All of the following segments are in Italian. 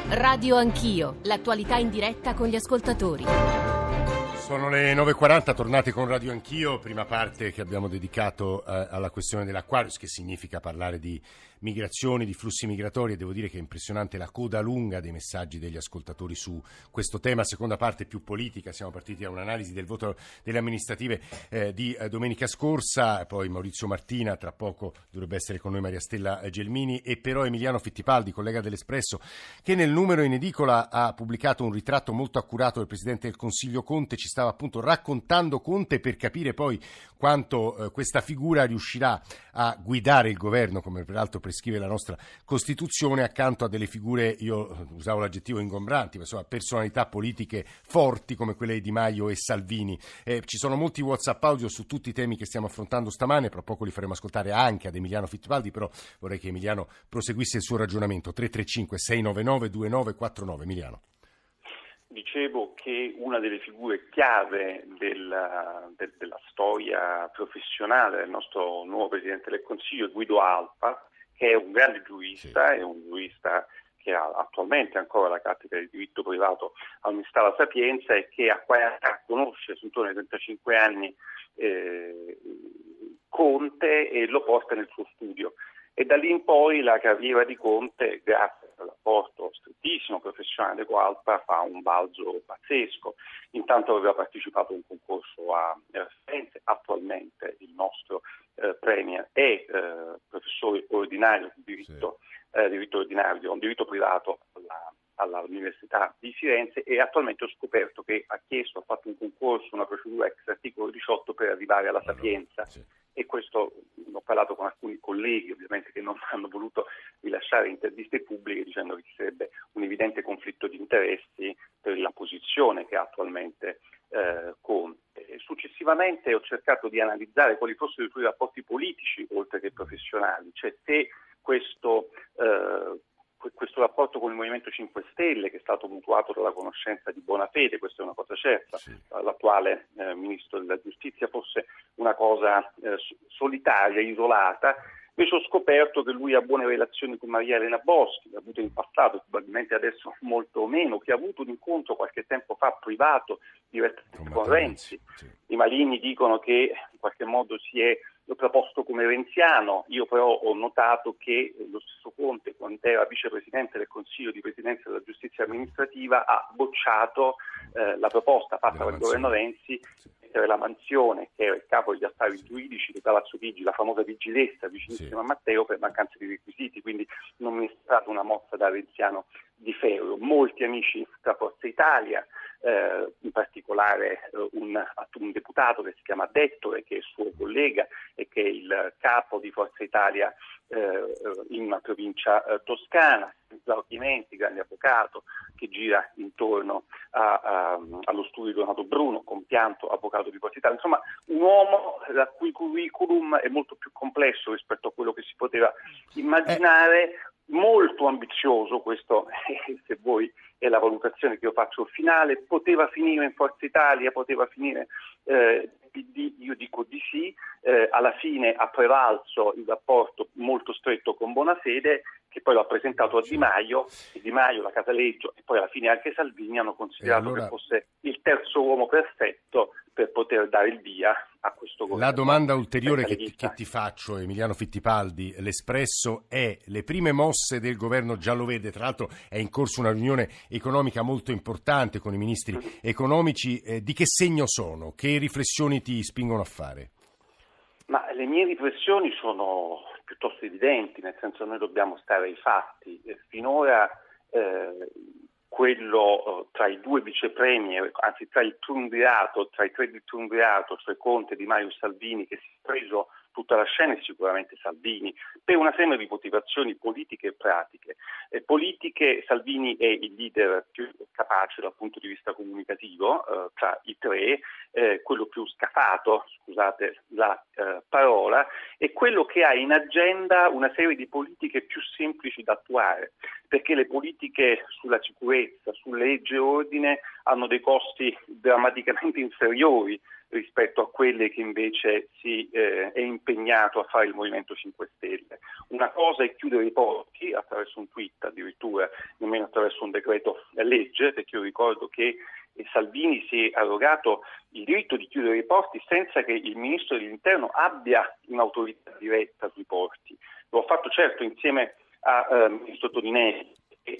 Radio Anch'io, l'attualità in diretta con gli ascoltatori. Sono le 9.40, tornate con Radio Anch'io, prima parte che abbiamo dedicato alla questione dell'Aquarius, che significa parlare di migrazioni, di flussi migratori, e devo dire che è impressionante la coda lunga dei messaggi degli ascoltatori su questo tema. Seconda parte più politica, siamo partiti da un'analisi del voto delle amministrative di domenica scorsa, poi Maurizio Martina, tra poco dovrebbe essere con noi Maria Stella Gelmini, e però Emiliano Fittipaldi, collega dell'Espresso, che nel numero in edicola ha pubblicato un ritratto molto accurato del Presidente del Consiglio Conte. Ci stava appunto raccontando Conte per capire poi quanto questa figura riuscirà a guidare il governo, come peraltro prescrive la nostra Costituzione, accanto a delle figure, io usavo l'aggettivo ingombranti, ma insomma personalità politiche forti come quelle di Di Maio e Salvini. Ci sono molti WhatsApp audio su tutti i temi che stiamo affrontando stamane, tra poco li faremo ascoltare anche ad Emiliano Fittipaldi, però vorrei che Emiliano proseguisse il suo ragionamento. 335 699 2949. Emiliano. Dicevo che una delle figure chiave della storia professionale del nostro nuovo Presidente del Consiglio è Guido Alpa, che è un grande giurista, è un giurista che ha attualmente ancora la cattedra di diritto privato all'Università La Sapienza e che conosce intorno ai 35 anni Conte e lo porta nel suo studio. E da lì in poi la carriera di Conte, grazie al rapporto strettissimo professionale con Alpa, fa un balzo pazzesco. Intanto aveva partecipato a un concorso a Firenze, attualmente il nostro Premier è professore ordinario di diritto ordinario, un diritto privato all'Università di Firenze, e attualmente ho scoperto che ha fatto un concorso, una procedura ex articolo 18 per arrivare alla Sapienza. Sì. E questo ho parlato con alcuni colleghi, ovviamente, che non hanno voluto rilasciare interviste pubbliche dicendo che ci sarebbe un evidente conflitto di interessi per la posizione che ha attualmente Conte. Successivamente ho cercato di analizzare quali fossero i suoi rapporti politici oltre che professionali, cioè se questo rapporto con il Movimento 5 Stelle, che è stato mutuato dalla conoscenza di Bonafede, questa è una cosa certa, sì, l'attuale Ministro della Giustizia, fosse una cosa solitaria, isolata. Invece ho scoperto che lui ha buone relazioni con Maria Elena Boschi, che ha avuto in passato, probabilmente adesso molto meno, che ha avuto un incontro qualche tempo fa privato direttamente con Renzi. Sì. I Malini dicono che in qualche modo si è proposto come renziano. Io però ho notato che lo stesso Conte, quando era vicepresidente del Consiglio di Presidenza della Giustizia Amministrativa, ha bocciato la proposta fatta dal governo Renzi, mettere la Manzione, che era il capo degli affari giuridici di Palazzo Chigi, la famosa vigilessa vicinissima a Matteo, per mancanza di requisiti, quindi non mi è stata una mossa da renziano di ferro. Molti amici da Forza Italia, in particolare un deputato che si chiama Dettore, che è suo collega e che è il capo di Forza Italia in una provincia toscana, Lauro Chimenti, grande avvocato, che gira intorno allo studio di Donato Bruno, compianto avvocato di Forza Italia. Insomma, un uomo la cui curriculum è molto più complesso rispetto a quello che si poteva immaginare, molto ambizioso, questo se vuoi è la valutazione che io faccio finale. Poteva finire in Forza Italia, poteva finire PD, io dico di sì. Alla fine ha prevalso il rapporto molto stretto con Bonafede, che poi l'ha presentato a Di Maio, e Di Maio, la Casaleggio e poi alla fine anche Salvini hanno considerato che fosse il terzo uomo perfetto per poter dare il via a questo governo. La domanda ulteriore che ti faccio, Emiliano Fittipaldi, l'Espresso è: le prime mosse del governo gialloverde, tra l'altro è in corso una riunione economica molto importante con i ministri economici, di che segno sono? Che riflessioni ti spingono a fare? Ma le mie riflessioni sono piuttosto evidenti, nel senso che noi dobbiamo stare ai fatti. Finora quello tra i due vicepremier, anzi tra il triumvirato, tra i tre del triumvirato, cioè Conte, Di Maio e Salvini, che si è preso tutta la scena, è sicuramente Salvini, per una serie di motivazioni politiche e pratiche. Politiche, Salvini è il leader più capace dal punto di vista comunicativo tra i tre, quello più scafato, scusate la parola, e quello che ha in agenda una serie di politiche più semplici da attuare, perché le politiche sulla sicurezza, sulle legge e ordine hanno dei costi drammaticamente inferiori rispetto a quelle che invece si è impegnato a fare il Movimento 5 Stelle. Una cosa è chiudere i porti, attraverso un tweet addirittura, nemmeno attraverso un decreto legge, perché io ricordo che Salvini si è arrogato il diritto di chiudere i porti senza che il ministro dell'Interno abbia un'autorità diretta sui porti. Lo ha fatto certo insieme al ministro Toninelli,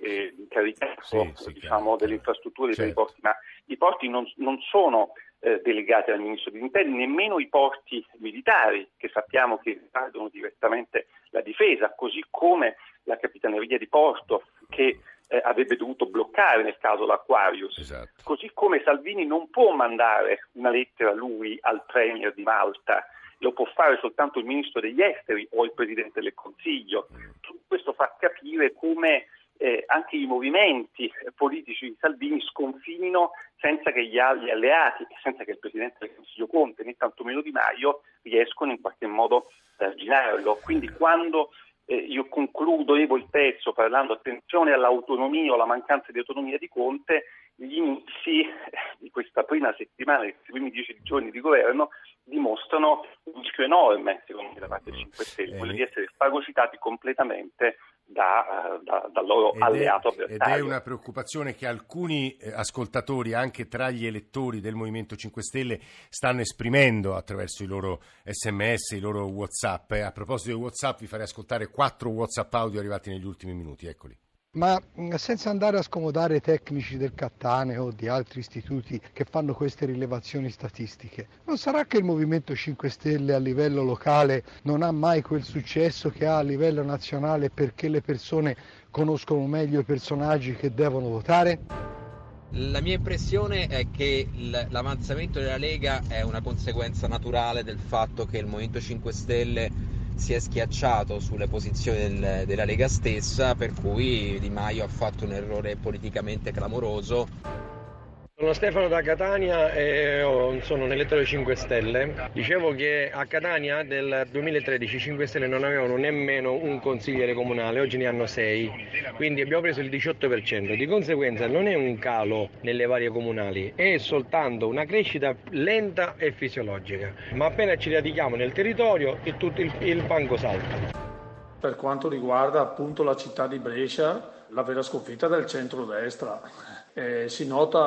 incaricato delle infrastrutture dei porti, ma i porti non sono delegati al ministro dell'Interno, nemmeno i porti militari, che sappiamo che riguardano direttamente la difesa, così come la Capitaneria di Porto, che avrebbe dovuto bloccare nel caso l'Aquarius. Esatto. Così come Salvini non può mandare una lettera lui al Premier di Malta, lo può fare soltanto il Ministro degli Esteri o il Presidente del Consiglio. Tutto questo fa capire come anche i movimenti politici di Salvini sconfinino senza che gli alleati, senza che il Presidente del Consiglio Conte né tantomeno Di Maio riescono in qualche modo a arginarlo. Quindi quando io concludevo il pezzo parlando attenzione all'autonomia o alla mancanza di autonomia di Conte, gli inizi di questa prima settimana, questi primi 10 giorni di governo dimostrano un rischio enorme, secondo me, da parte dei 5 Stelle, quello di essere fagocitati completamente dal loro alleato avversario. Ed è una preoccupazione che alcuni ascoltatori, anche tra gli elettori del Movimento 5 Stelle, stanno esprimendo attraverso i loro SMS, i loro WhatsApp. A proposito di WhatsApp, vi farei ascoltare 4 WhatsApp audio arrivati negli ultimi minuti, eccoli. Ma senza andare a scomodare i tecnici del Cattaneo o di altri istituti che fanno queste rilevazioni statistiche, non sarà che il Movimento 5 Stelle a livello locale non ha mai quel successo che ha a livello nazionale perché le persone conoscono meglio i personaggi che devono votare? La mia impressione è che l'avanzamento della Lega è una conseguenza naturale del fatto che il Movimento 5 Stelle si è schiacciato sulle posizioni della Lega stessa, per cui Di Maio ha fatto un errore politicamente clamoroso. Sono Stefano da Catania e sono un elettore 5 Stelle. Dicevo che a Catania nel 2013 i 5 Stelle non avevano nemmeno un consigliere comunale, oggi ne hanno 6, quindi abbiamo preso il 18%. Di conseguenza non è un calo nelle varie comunali, è soltanto una crescita lenta e fisiologica. Ma appena ci radichiamo nel territorio tutto il banco salta. Per quanto riguarda appunto la città di Brescia, la vera sconfitta del centrodestra. Si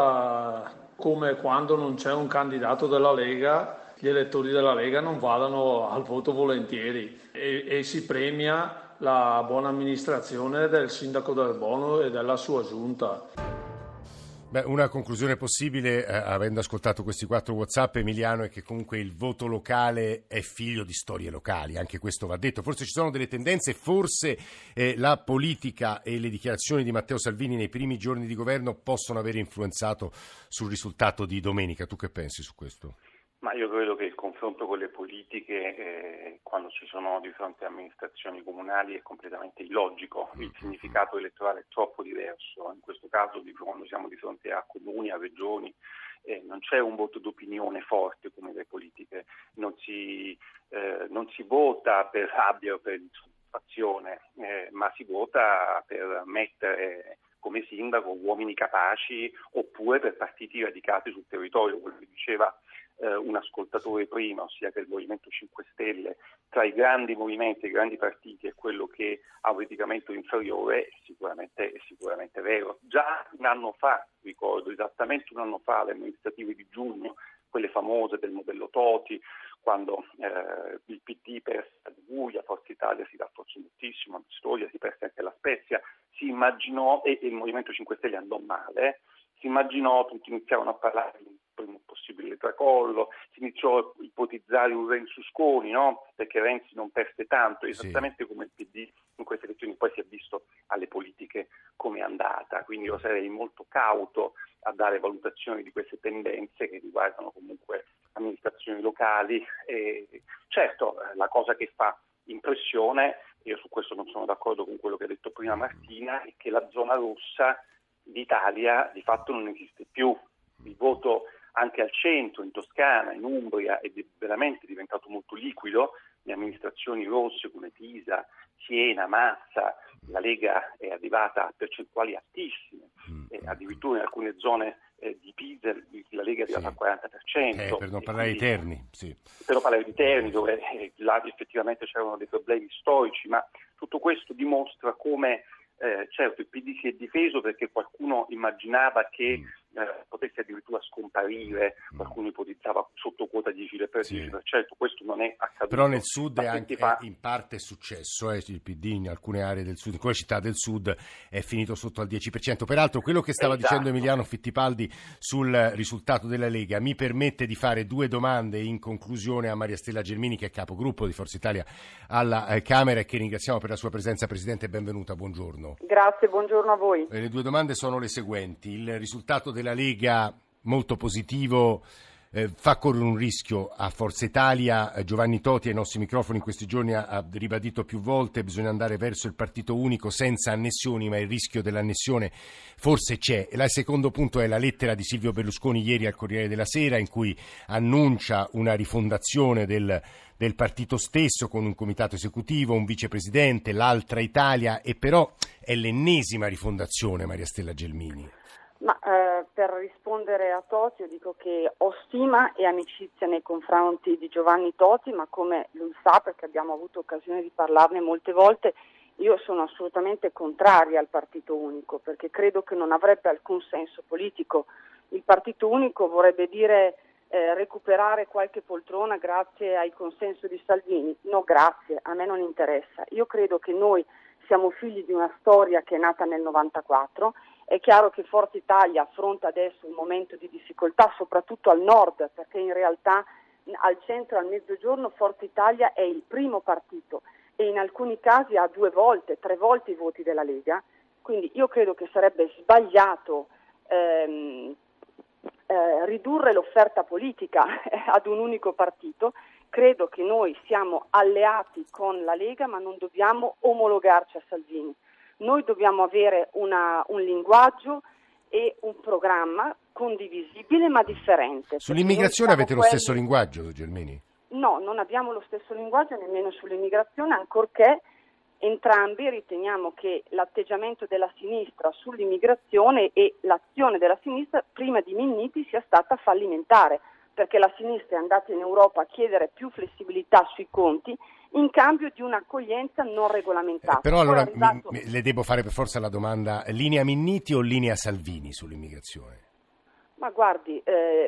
nota come quando non c'è un candidato della Lega, gli elettori della Lega non vadano al voto volentieri e si premia la buona amministrazione del sindaco del Bono e della sua giunta. Beh, una conclusione possibile, avendo ascoltato questi 4 WhatsApp, Emiliano, è che comunque il voto locale è figlio di storie locali, anche questo va detto. Forse ci sono delle tendenze, forse la politica e le dichiarazioni di Matteo Salvini nei primi giorni di governo possono aver influenzato sul risultato di domenica. Tu che pensi su questo? Ma io credo che il confronto con le politiche, quando ci sono di fronte a amministrazioni comunali, è completamente illogico. Il significato elettorale è troppo diverso. In questo caso, quando siamo di fronte a comuni, a regioni, non c'è un voto d'opinione forte come le politiche. Non si vota per rabbia o per insoddisfazione, ma si vota per mettere come sindaco uomini capaci oppure per partiti radicati sul territorio, quello che diceva un ascoltatore prima, ossia che il Movimento 5 Stelle tra i grandi movimenti, i grandi partiti è quello che ha un radicamento inferiore, è sicuramente vero. Già un anno fa, ricordo esattamente un anno fa, le amministrative di giugno, quelle famose del modello Toti, quando il PD perse la Liguria, Forza Italia si rafforzò moltissimo, a Pistoia si perse anche la Spezia, si immaginò, e il Movimento 5 Stelle andò male, si immaginò, tutti iniziarono a parlare di un primo possibile tracollo, si iniziò a ipotizzare un Renzi-Usconi, no? Perché Renzi non perse tanto, esattamente come il PD in queste elezioni. Poi si è visto alle politiche come è andata, quindi io sarei molto cauto a dare valutazioni di queste tendenze che riguardano comunque amministrazioni locali. Certo, la cosa che fa impressione, io su questo non sono d'accordo con quello che ha detto prima Martina, è che la zona rossa d'Italia di fatto non esiste più. Il voto anche al centro, in Toscana, in Umbria, è veramente diventato molto liquido. Le amministrazioni rosse come Pisa, Siena, Massa, la Lega è arrivata a percentuali altissime, addirittura in alcune zone di Pisa la Lega è arrivata al 40%. Per non parlare di Terni. Sì. Per non parlare di Terni, dove là effettivamente c'erano dei problemi storici, ma Tutto questo dimostra come certo il PD si è difeso perché qualcuno immaginava che potesse addirittura scomparire, qualcuno ipotizzava sotto quota 10%, questo non è accaduto. Però nel sud in parte è successo, il PD in alcune aree del sud, in alcune città del sud è finito sotto al 10%. Peraltro quello che stava dicendo Emiliano Fittipaldi sul risultato della Lega mi permette di fare due domande in conclusione a Maria Stella Gelmini, che è capogruppo di Forza Italia alla Camera e che ringraziamo per la sua presenza. Presidente, benvenuta, buongiorno. Grazie, buongiorno a voi. Le due domande sono le seguenti. Il risultato della Lega molto positivo fa correre un rischio a Forza Italia. Giovanni Toti ai nostri microfoni in questi giorni ha ribadito più volte: bisogna andare verso il partito unico senza annessioni, ma il rischio dell'annessione forse c'è. E il secondo punto è la lettera di Silvio Berlusconi ieri al Corriere della Sera, in cui annuncia una rifondazione del partito stesso con un comitato esecutivo, un vicepresidente, l'altra Italia, e però è l'ennesima rifondazione, Maria Stella Gelmini. Ma per rispondere a Toti io dico che ho stima e amicizia nei confronti di Giovanni Toti, ma come lui sa, perché abbiamo avuto occasione di parlarne molte volte, io sono assolutamente contraria al partito unico, perché credo che non avrebbe alcun senso politico. Il partito unico vorrebbe dire recuperare qualche poltrona grazie al consenso di Salvini. No, grazie, a me non interessa. Io credo che noi siamo figli di una storia che è nata nel 94. È chiaro che Forza Italia affronta adesso un momento di difficoltà, soprattutto al nord, perché in realtà al centro e al mezzogiorno Forza Italia è il primo partito e in alcuni casi ha 2 volte, 3 volte i voti della Lega. Quindi io credo che sarebbe sbagliato ridurre l'offerta politica ad un unico partito. Credo che noi siamo alleati con la Lega, ma non dobbiamo omologarci a Salvini. Noi dobbiamo avere un linguaggio e un programma condivisibile ma differente. Sull'immigrazione avete lo stesso linguaggio, Gelmini? No, non abbiamo lo stesso linguaggio nemmeno sull'immigrazione, ancorché entrambi riteniamo che l'atteggiamento della sinistra sull'immigrazione e l'azione della sinistra prima di Minniti sia stata fallimentare, perché la sinistra è andata in Europa a chiedere più flessibilità sui conti in cambio di un'accoglienza non regolamentata. Però allora le devo fare per forza la domanda: linea Minniti o linea Salvini sull'immigrazione? Ma guardi,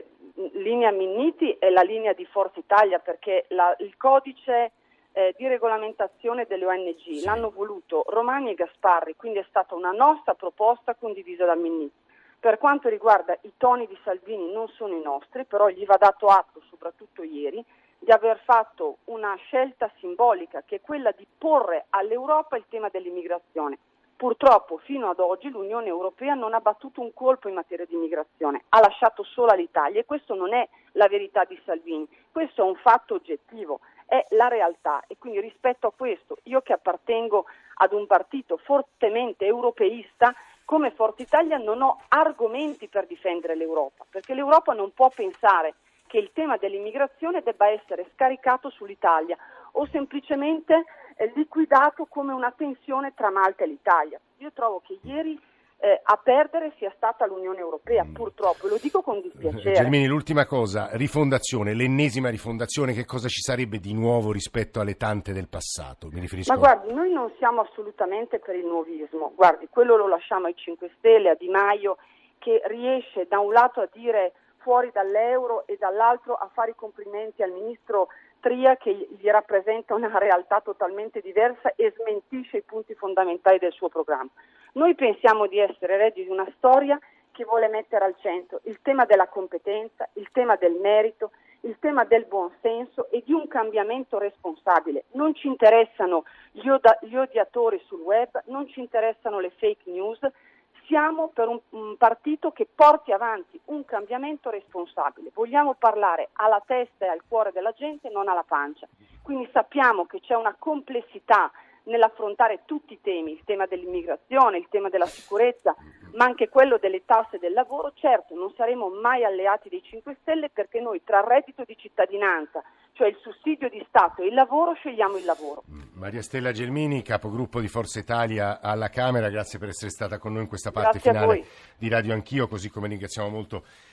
linea Minniti è la linea di Forza Italia, perché il codice di regolamentazione delle ONG l'hanno voluto Romani e Gasparri, quindi è stata una nostra proposta condivisa da Minniti. Per quanto riguarda i toni di Salvini non sono i nostri, però gli va dato atto, soprattutto ieri, di aver fatto una scelta simbolica, che è quella di porre all'Europa il tema dell'immigrazione. Purtroppo fino ad oggi l'Unione Europea non ha battuto un colpo in materia di immigrazione, ha lasciato sola l'Italia, e questo non è la verità di Salvini, questo è un fatto oggettivo, è la realtà. E quindi rispetto a questo, io che appartengo ad un partito fortemente europeista, come Forza Italia non ho argomenti per difendere l'Europa, perché l'Europa non può pensare che il tema dell'immigrazione debba essere scaricato sull'Italia o semplicemente liquidato come una tensione tra Malta e l'Italia. Io trovo che ieri a perdere sia stata l'Unione Europea, purtroppo, lo dico con dispiacere. Gelmini, l'ultima cosa, rifondazione, l'ennesima rifondazione, che cosa ci sarebbe di nuovo rispetto alle tante del passato? Mi riferisco... Ma guardi, noi non siamo assolutamente per il nuovismo, guardi, quello lo lasciamo ai 5 Stelle, a Di Maio, che riesce da un lato a dire fuori dall'euro e dall'altro a fare i complimenti al ministro Tria, che gli rappresenta una realtà totalmente diversa e smentisce i punti fondamentali del suo programma. Noi pensiamo di essere eredi di una storia che vuole mettere al centro il tema della competenza, il tema del merito, il tema del buonsenso e di un cambiamento responsabile. Non ci interessano gli odiatori sul web, non ci interessano le fake news. Siamo per un partito che porti avanti un cambiamento responsabile. Vogliamo parlare alla testa e al cuore della gente, non alla pancia. Quindi sappiamo che c'è una complessità nell'affrontare tutti i temi, il tema dell'immigrazione, il tema della sicurezza, ma anche quello delle tasse del lavoro. Certo, non saremo mai alleati dei 5 Stelle, perché noi tra reddito di cittadinanza, cioè il sussidio di Stato, e il lavoro, scegliamo il lavoro. Maria Stella Gelmini, capogruppo di Forza Italia alla Camera, grazie per essere stata con noi in questa parte Grazie finale di Radio Anch'io, così come ringraziamo molto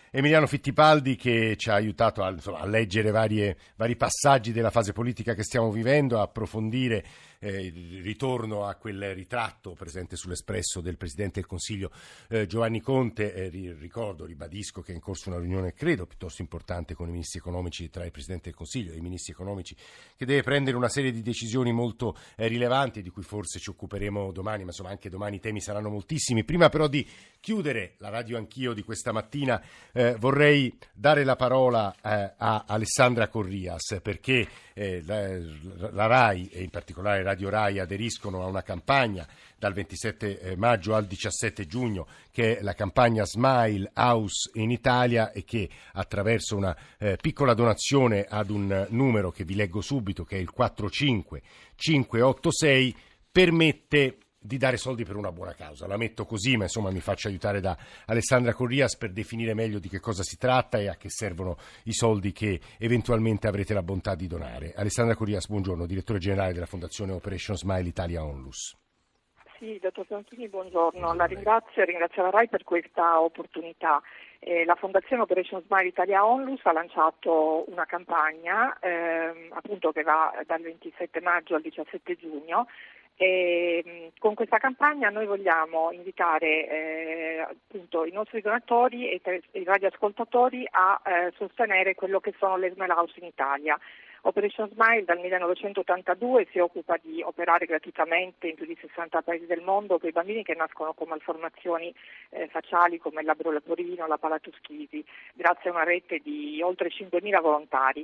Emiliano Fittipaldi, che ci ha aiutato a leggere vari passaggi della fase politica che stiamo vivendo, a approfondire il ritorno a quel ritratto presente sull'Espresso del Presidente del Consiglio Giovanni Conte. Ribadisco che è in corso una riunione, credo, piuttosto importante con i ministri economici, tra il Presidente del Consiglio e i ministri economici, che deve prendere una serie di decisioni molto rilevanti, di cui forse ci occuperemo domani, ma insomma anche domani i temi saranno moltissimi. Prima però di chiudere la Radio Anch'io di questa mattina, vorrei dare la parola a Alessandra Corrias, perché la RAI e in particolare Radio RAI aderiscono a una campagna dal 27 maggio al 17 giugno, che è la campagna Smile House in Italia, e che attraverso una piccola donazione ad un numero che vi leggo subito, che è il 45586, permette di dare soldi per una buona causa. La metto così, ma insomma mi faccio aiutare da Alessandra Corrias per definire meglio di che cosa si tratta e a che servono i soldi che eventualmente avrete la bontà di donare. Alessandra Corrias, buongiorno, direttore generale della Fondazione Operation Smile Italia Onlus. Sì, dottor Santini, buongiorno. La ringrazio la RAI per questa opportunità. La Fondazione Operation Smile Italia Onlus ha lanciato una campagna appunto che va dal 27 maggio al 17 giugno. E con questa campagna noi vogliamo invitare appunto i nostri donatori e i radioascoltatori a sostenere quello che sono le Smile House in Italia. Operation Smile dal 1982 si occupa di operare gratuitamente in più di 60 paesi del mondo per i bambini che nascono con malformazioni facciali come il labbro leporino, la palatoschisi, grazie a una rete di oltre 5.000 volontari.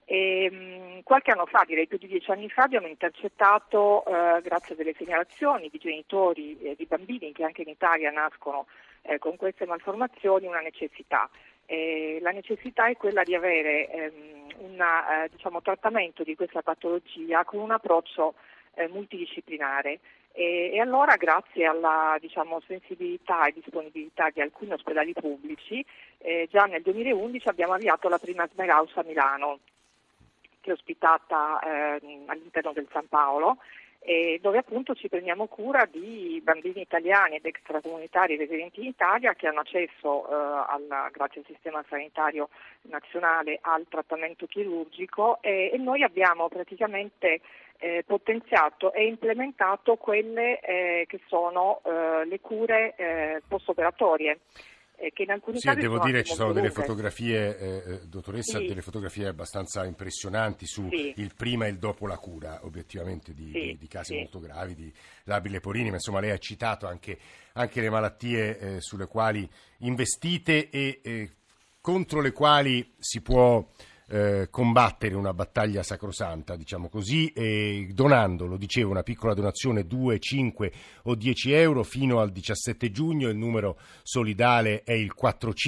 E, qualche anno fa, direi più di 10 anni fa, abbiamo intercettato, grazie a delle segnalazioni di genitori di bambini che anche in Italia nascono con queste malformazioni, una necessità. La necessità è quella di avere un trattamento di questa patologia con un approccio multidisciplinare. E allora, grazie alla sensibilità e disponibilità di alcuni ospedali pubblici, già nel 2011 abbiamo avviato la prima Smile House a Milano, che è ospitata all'interno del San Paolo, dove appunto ci prendiamo cura di bambini italiani ed extracomunitari residenti in Italia che hanno accesso grazie al sistema sanitario nazionale al trattamento chirurgico, e noi abbiamo praticamente potenziato e implementato quelle che sono le cure post-operatorie. Che in alcuni casi devo dire ci sono delle lunghe. Fotografie, dottoressa, delle fotografie abbastanza impressionanti su il prima e il dopo la cura, obiettivamente, di casi molto gravi, di labbri leporini, ma insomma lei ha citato anche le malattie sulle quali investite e contro le quali si può combattere una battaglia sacrosanta, diciamo così, donando, lo dicevo, una piccola donazione, 2, 5 o 10 euro fino al 17 giugno. Il numero solidale è il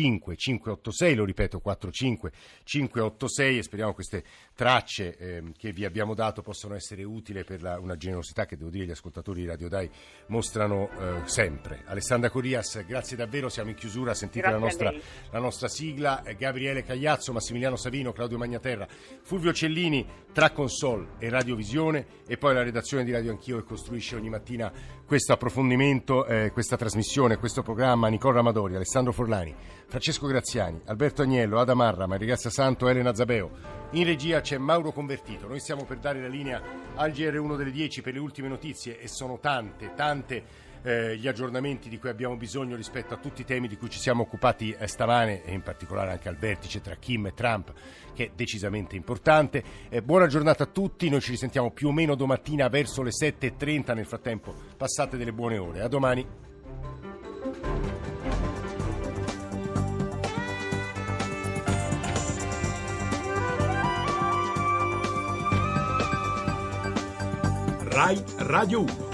45586, lo ripeto, 45586, e speriamo queste tracce che vi abbiamo dato possano essere utili per una generosità che, devo dire, gli ascoltatori di Radio Dai mostrano sempre. Alessandra Corrias, grazie davvero, siamo in chiusura, sentite la nostra sigla. Gabriele Cagliazzo, Massimiliano Savino, Claudio Magnaterra, Fulvio Cellini tra console e radiovisione, e poi la redazione di Radio Anch'io che costruisce ogni mattina questo approfondimento, questa trasmissione, questo programma. Nicola Amadori, Alessandro Forlani, Francesco Graziani, Alberto Agnello, Ada Marra, Maria Grazia Santo, Elena Zabeo. In regia c'è Mauro Convertito. Noi stiamo per dare la linea al GR1 delle 10 per le ultime notizie, e sono tante gli aggiornamenti di cui abbiamo bisogno rispetto a tutti i temi di cui ci siamo occupati stamane, e in particolare anche al vertice tra Kim e Trump, che è decisamente importante. Buona giornata a tutti, noi ci risentiamo più o meno domattina verso le 7:30. Nel frattempo passate delle buone ore. A domani. RAI Radio 1.